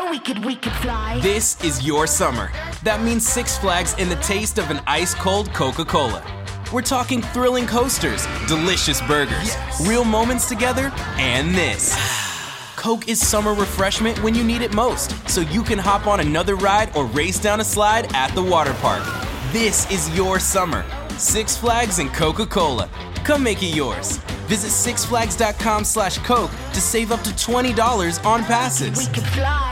we could fly. This is your summer. That means Six Flags and the taste of an ice-cold Coca-Cola. We're talking thrilling coasters, delicious burgers, real moments together, and this. Coke is summer refreshment when you need it most, so you can hop on another ride or race down a slide at the water park. This is your summer. Six Flags and Coca-Cola. Come make it yours. Visit sixflags.com/Coke to save up to $20 on passes. We could fly.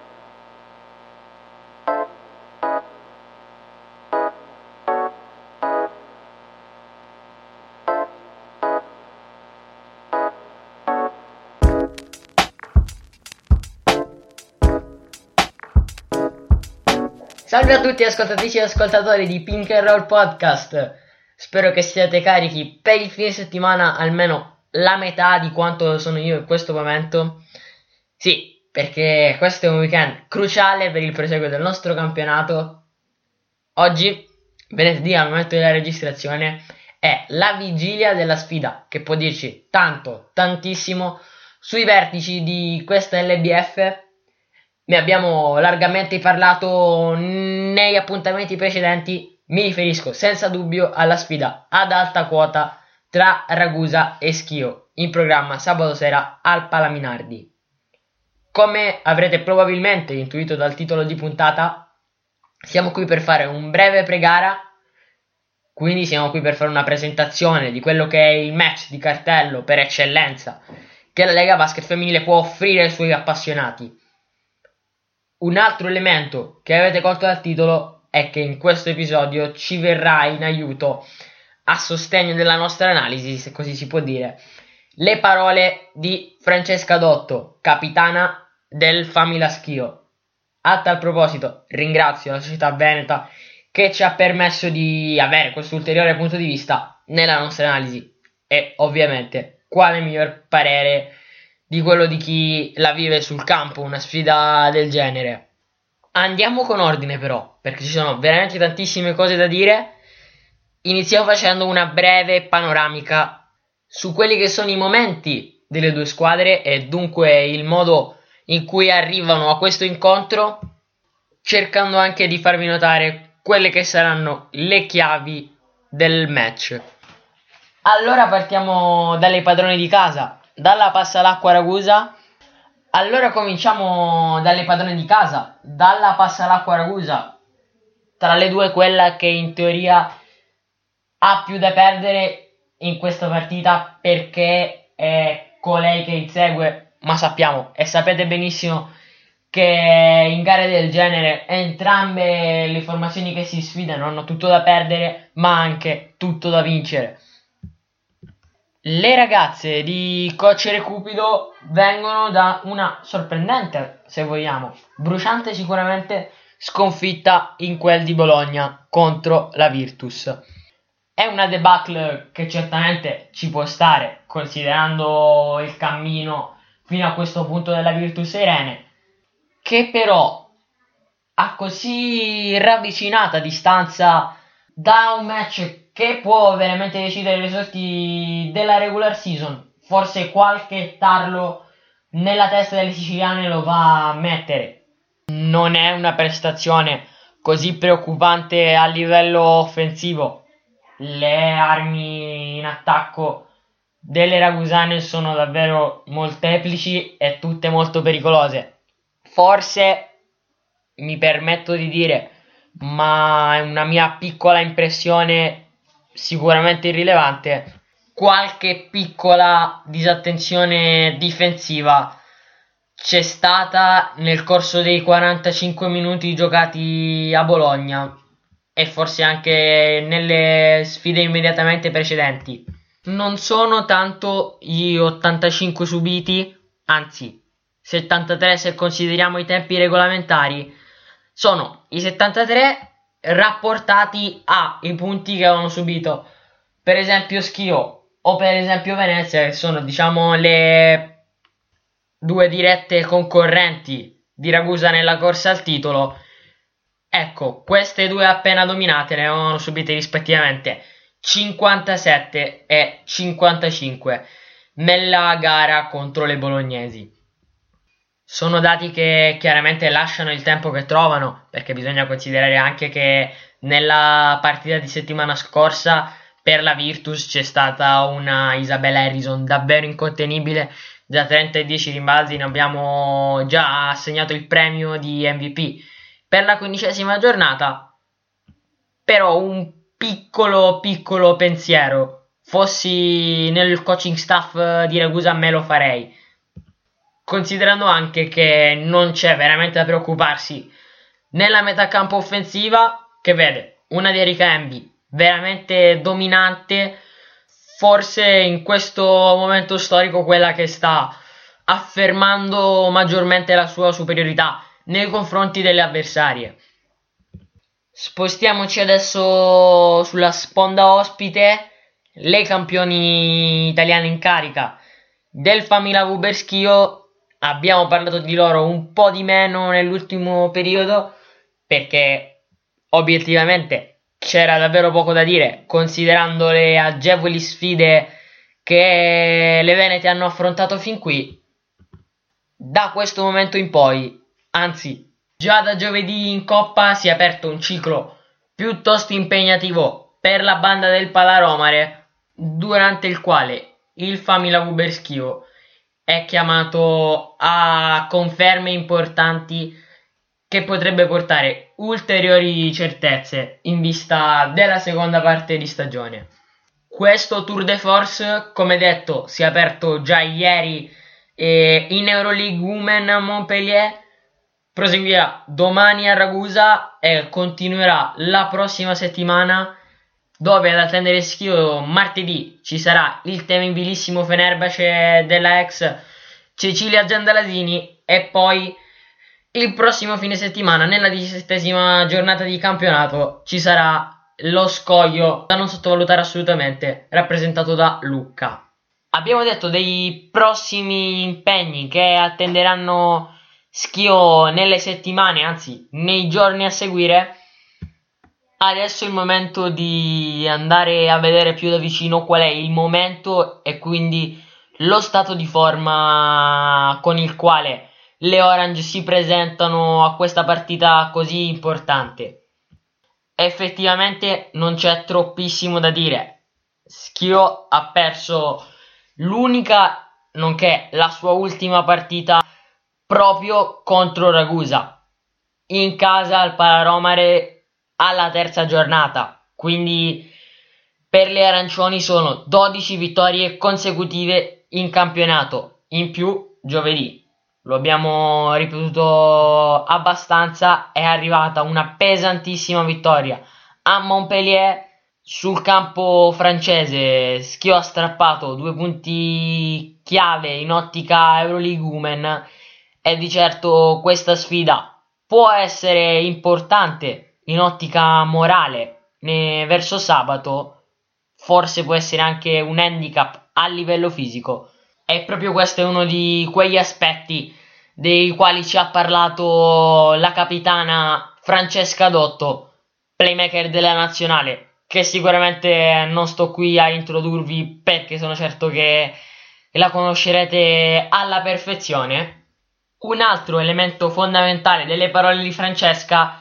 Salve a tutti ascoltatrici e ascoltatori di Pink and Roll Podcast. Spero che siate carichi per il fine settimana, almeno la metà di quanto sono io in questo momento. Sì, perché questo è un weekend cruciale per il proseguo del nostro campionato. Oggi, venerdì al momento della registrazione, è la vigilia della sfida che può dirci tanto, tantissimo sui vertici di questa LBF. Ne abbiamo largamente parlato negli appuntamenti precedenti. Mi riferisco senza dubbio alla sfida ad alta quota tra Ragusa e Schio, in programma sabato sera al Palaminardi. Come avrete probabilmente intuito dal titolo di puntata, siamo qui per fare un breve pre-gara, quindi siamo qui per fare una presentazione di quello che è il match di cartello per eccellenza che la Lega Basket Femminile può offrire ai suoi appassionati. Un altro elemento che avete colto dal titolo è che in questo episodio ci verrà in aiuto, a sostegno della nostra analisi, se così si può dire, le parole di Francesca Dotto, capitana del Famila Schio. A tal proposito ringrazio la società veneta che ci ha permesso di avere questo ulteriore punto di vista nella nostra analisi e ovviamente quale miglior parere di quello di chi la vive sul campo, una sfida del genere. Andiamo con ordine però, perché ci sono veramente tantissime cose da dire. Iniziamo facendo una breve panoramica su quelli che sono i momenti delle due squadre e dunque il modo in cui arrivano a questo incontro, cercando anche di farvi notare quelle che saranno le chiavi del match. Allora partiamo dalle padrone di casa, dalla Passalacqua Ragusa. Allora cominciamo dalle padrone di casa, dalla Passalacqua Ragusa. Tra le due quella che in teoria ha più da perdere in questa partita perché è colei che insegue, ma sappiamo e sapete benissimo che in gare del genere entrambe le formazioni che si sfidano hanno tutto da perdere ma anche tutto da vincere. Le ragazze di Coach Recupido vengono da una sorprendente, se vogliamo, bruciante sicuramente, sconfitta in quel di Bologna contro la Virtus. È una debacle che certamente ci può stare, considerando il cammino fino a questo punto della Virtus Irene, che però a così ravvicinata distanza da un match che può veramente decidere le sorti della regular season. Forse qualche tarlo nella testa delle siciliane lo va a mettere. Non è una prestazione così preoccupante a livello offensivo. Le armi in attacco delle ragusane sono davvero molteplici e tutte molto pericolose. Forse, mi permetto di dire, ma è una mia piccola impressione sicuramente irrilevante, qualche piccola disattenzione difensiva c'è stata nel corso dei 45 minuti giocati a Bologna e forse anche nelle sfide immediatamente precedenti. Non sono tanto gli 85 subiti, anzi 73 se consideriamo i tempi regolamentari, sono i 73 rapportati ai punti che avevano subito per esempio Schio o per esempio Venezia, che sono diciamo le due dirette concorrenti di Ragusa nella corsa al titolo. Ecco, queste due appena dominate ne avevano subite rispettivamente 57 e 55 nella gara contro le bolognesi. sono dati che chiaramente lasciano il tempo che trovano, perché bisogna considerare anche che nella partita di settimana scorsa per la Virtus c'è stata una Isabella Harrison davvero incontenibile, da 30 e 10 rimbalzi ne abbiamo già assegnato il premio di MVP. Per la 15ª giornata, però un piccolo pensiero, fossi nel coaching staff di Ragusa me lo farei, considerando anche che non c'è veramente da preoccuparsi nella metacampo offensiva, che vede una di Erika Embi veramente dominante, forse in questo momento storico quella che sta affermando maggiormente la sua superiorità nei confronti delle avversarie. Spostiamoci adesso sulla sponda ospite, le campioni italiane in carica del Famila Vuberschio. Abbiamo parlato di loro un po' di meno nell'ultimo periodo perché obiettivamente c'era davvero poco da dire, considerando le agevoli sfide che le Venete hanno affrontato fin qui. Da questo momento in poi, anzi già da giovedì in Coppa, si è aperto un ciclo piuttosto impegnativo per la banda del Palaromare, durante il quale il Famila Vuberschio è chiamato a conferme importanti che potrebbe portare ulteriori certezze in vista della seconda parte di stagione. Questo tour de force, come detto, si è aperto già ieri in Euroleague Women a Montpellier, proseguirà domani a Ragusa e continuerà la prossima settimana, dove ad attendere Schio martedì ci sarà il temibilissimo Fenerbahce della ex Cecilia Giandalasini e poi il prossimo fine settimana, nella 17ª giornata di campionato, ci sarà lo Scoglio, da non sottovalutare assolutamente, rappresentato da Lucca. Abbiamo detto dei prossimi impegni che attenderanno Schio nelle settimane, anzi nei giorni a seguire. Adesso è il momento di andare a vedere più da vicino qual è il momento e quindi lo stato di forma con il quale le Orange si presentano a questa partita così importante. Effettivamente non c'è troppissimo da dire. Schio ha perso l'unica, nonché la sua ultima partita proprio contro Ragusa, in casa al Palaromare alla terza giornata. Quindi per le arancioni sono 12 vittorie consecutive in campionato, in più giovedì. Lo abbiamo ripetuto abbastanza, è arrivata una pesantissima vittoria a Montpellier sul campo francese. Schio ha strappato 2 punti chiave in ottica Euroleague Women e di certo questa sfida può essere importante in ottica morale verso sabato, forse può essere anche un handicap a livello fisico. E proprio questo è uno di quegli aspetti dei quali ci ha parlato la capitana Francesca Dotto, playmaker della nazionale, che sicuramente non sto qui a introdurvi perché sono certo che la conoscerete alla perfezione. Un altro elemento fondamentale delle parole di Francesca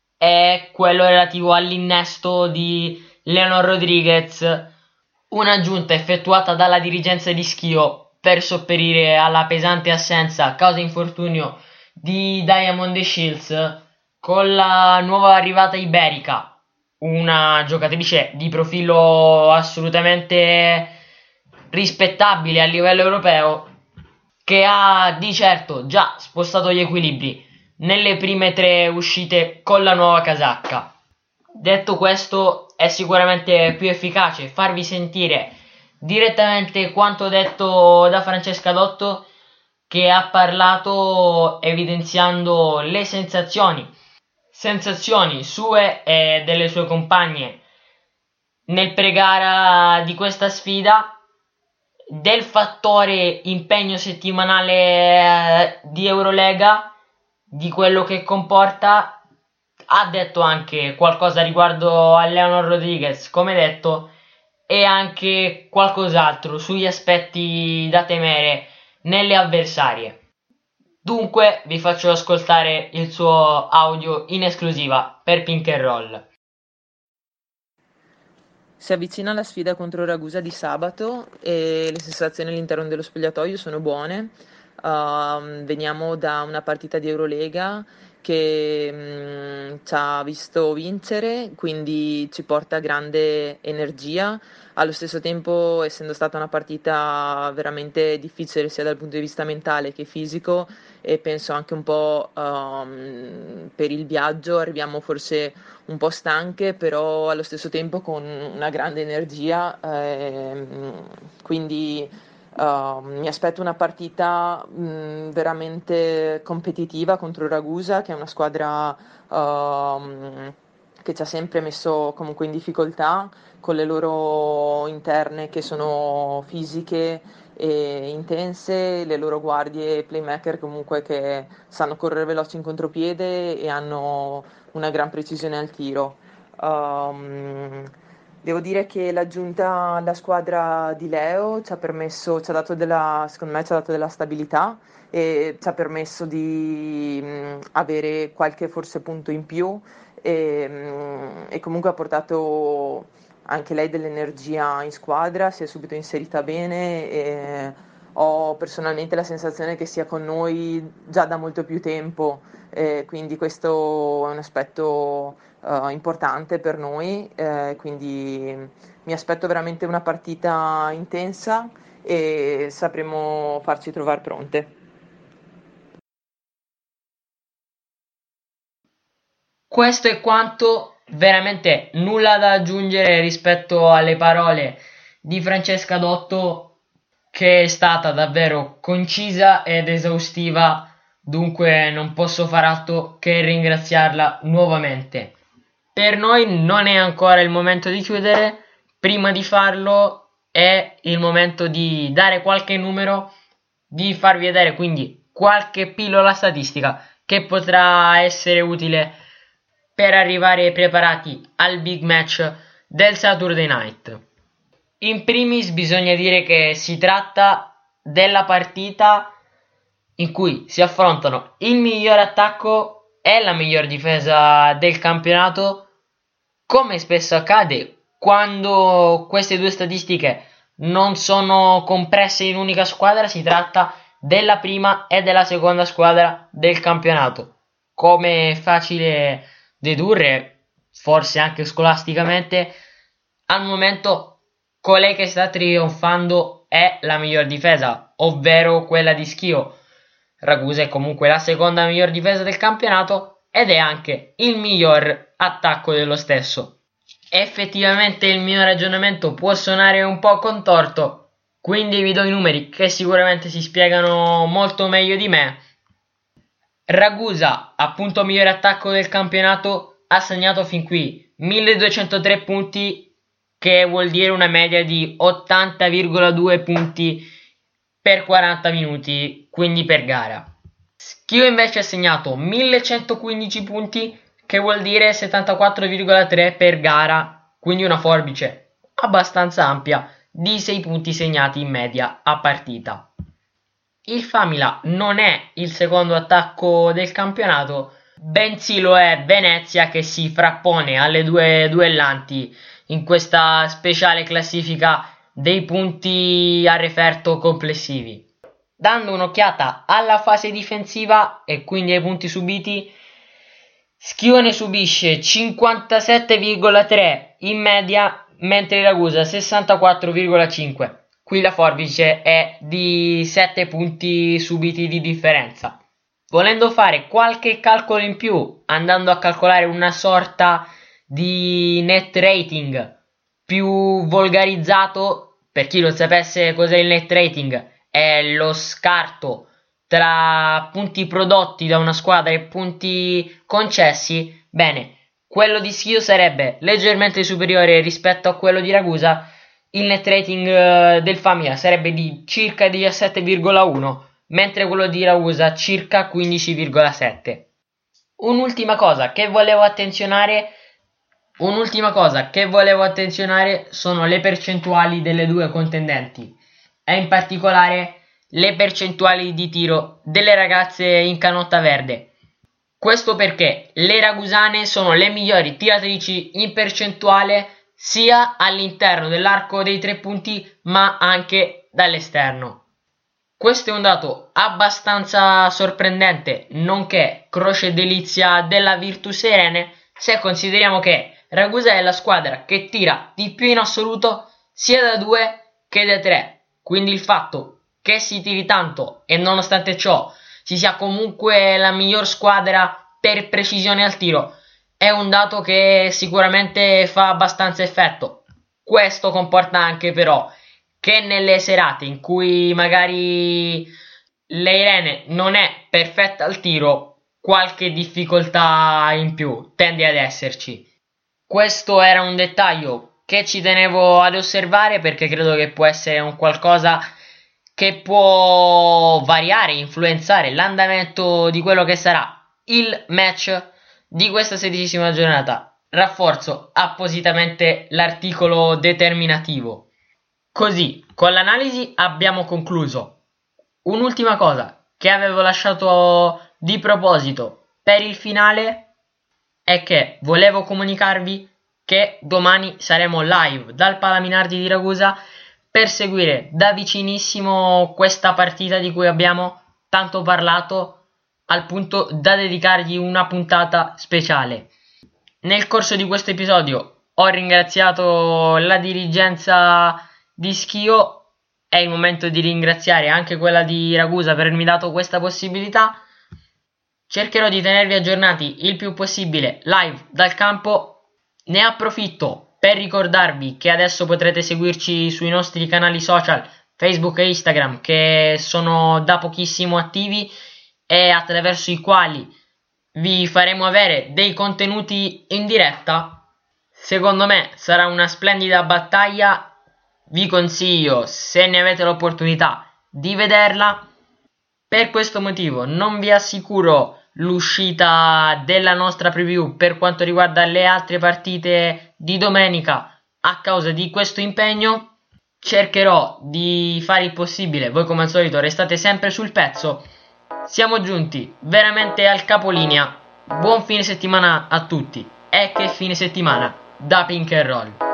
è quello relativo all'innesto di Leonor Rodriguez, un'aggiunta effettuata dalla dirigenza di Schio per sopperire alla pesante assenza a causa infortunio di Diamond Shields, con la nuova arrivata iberica, una giocatrice di profilo assolutamente rispettabile a livello europeo, che ha di certo già spostato gli equilibri nelle prime 3 uscite con la nuova casacca. Detto questo, è sicuramente più efficace farvi sentire direttamente quanto detto da Francesca Dotto, che ha parlato evidenziando le sensazioni sue e delle sue compagne nel pre-gara di questa sfida, del fattore impegno settimanale di Eurolega, di quello che comporta. Ha detto anche qualcosa riguardo a Leonor Rodriguez, come detto, e anche qualcos'altro sugli aspetti da temere nelle avversarie. Dunque vi faccio ascoltare il suo audio in esclusiva per Pink and Roll. Si avvicina la sfida contro Ragusa di sabato e le sensazioni all'interno dello spogliatoio sono buone. Veniamo da una partita di Eurolega che ci ha visto vincere, quindi ci porta grande energia. Allo stesso tempo, essendo stata una partita veramente difficile sia dal punto di vista mentale che fisico, e penso anche un po' per il viaggio, arriviamo forse un po' stanche, però allo stesso tempo con una grande energia, quindi mi aspetto una partita veramente competitiva contro Ragusa, che è una squadra che ci ha sempre messo comunque in difficoltà con le loro interne che sono fisiche e intense, le loro guardie playmaker comunque che sanno correre veloci in contropiede e hanno una gran precisione al tiro. Devo dire che l'aggiunta alla squadra di Leo ci ha dato secondo me ci ha dato della stabilità e ci ha permesso di avere qualche forse punto in più e comunque ha portato anche lei dell'energia in squadra, si è subito inserita bene e ho personalmente la sensazione che sia con noi già da molto più tempo, quindi questo è un aspetto importante per noi, quindi mi aspetto veramente una partita intensa e sapremo farci trovare pronte. Questo è quanto, veramente nulla da aggiungere rispetto alle parole di Francesca Dotto, che è stata davvero concisa ed esaustiva, dunque non posso far altro che ringraziarla nuovamente. Per noi non è ancora il momento di chiudere, prima di farlo è il momento di dare qualche numero, di farvi vedere quindi qualche pillola statistica che potrà essere utile per arrivare preparati al big match del Saturday Night. In primis bisogna dire che si tratta della partita in cui si affrontano il miglior attacco e la miglior difesa del campionato, come spesso accade quando queste due statistiche non sono compresse in un'unica squadra. Si tratta della prima e della seconda squadra del campionato. Come è facile dedurre, forse anche scolasticamente, al momento colei che sta trionfando è la miglior difesa, ovvero quella di Schio. Ragusa è comunque la seconda miglior difesa del campionato ed è anche il miglior attacco dello stesso. Effettivamente il mio ragionamento può suonare un po' contorto, quindi vi do i numeri che sicuramente si spiegano molto meglio di me. Ragusa, appunto migliore attacco del campionato, ha segnato fin qui 1203 punti, che vuol dire una media di 80,2 punti per 40 minuti, quindi per gara. Schio invece ha segnato 1115 punti, che vuol dire 74,3 per gara, quindi una forbice abbastanza ampia di 6 punti segnati in media a partita. Il Famila non è il secondo attacco del campionato, bensì lo è Venezia, che si frappone alle due duellanti in questa speciale classifica dei punti a referto complessivi. Dando un'occhiata alla fase difensiva e quindi ai punti subiti, Schione subisce 57,3 in media, mentre Ragusa 64,5. Qui la forbice è di 7 punti subiti di differenza. Volendo fare qualche calcolo in più, andando a calcolare una sorta di net rating più volgarizzato, per chi non sapesse cos'è il net rating, è lo scarto tra punti prodotti da una squadra e punti concessi. Bene, quello di Schio sarebbe leggermente superiore rispetto a quello di Ragusa. Il net rating del Famila sarebbe di circa 17,1, mentre quello di Ragusa circa 15,7. Un'ultima cosa che volevo attenzionare sono le percentuali delle due contendenti, e in particolare le percentuali di tiro delle ragazze in canotta verde. Questo perché le ragusane sono le migliori tiratrici in percentuale sia all'interno dell'arco dei 3 punti ma anche dall'esterno. Questo è un dato abbastanza sorprendente, nonché croce delizia della Virtus Irene, se consideriamo che Ragusa è la squadra che tira di più in assoluto sia da 2 che da 3. Quindi il fatto che si tiri tanto e nonostante ciò si sia comunque la miglior squadra per precisione al tiro è un dato che sicuramente fa abbastanza effetto. Questo comporta anche però che nelle serate in cui magari l'Irene non è perfetta al tiro, qualche difficoltà in più tende ad esserci. Questo era un dettaglio che ci tenevo ad osservare perché credo che può essere un qualcosa che può variare, influenzare l'andamento di quello che sarà il match di questa 16ª giornata. Rafforzo appositamente l'articolo determinativo. Così, con l'analisi abbiamo concluso. Un'ultima cosa che avevo lasciato di proposito per il finale è che volevo comunicarvi che domani saremo live dal Palaminardi di Ragusa per seguire da vicinissimo questa partita di cui abbiamo tanto parlato, al punto da dedicargli una puntata speciale. Nel corso di questo episodio ho ringraziato la dirigenza di Schio, è il momento di ringraziare anche quella di Ragusa per avermi dato questa possibilità. Cercherò di tenervi aggiornati il più possibile live dal campo. Ne approfitto per ricordarvi che adesso potrete seguirci sui nostri canali social Facebook e Instagram, che sono da pochissimo attivi e attraverso i quali vi faremo avere dei contenuti in diretta. Secondo me sarà una splendida battaglia. Vi consiglio, se ne avete l'opportunità, di vederla. Per questo motivo non vi assicuro l'uscita della nostra preview per quanto riguarda le altre partite di domenica a causa di questo impegno. Cercherò di fare il possibile, voi come al solito restate sempre sul pezzo. Siamo giunti veramente al capolinea. Buon fine settimana a tutti e che fine settimana da Pink and Roll.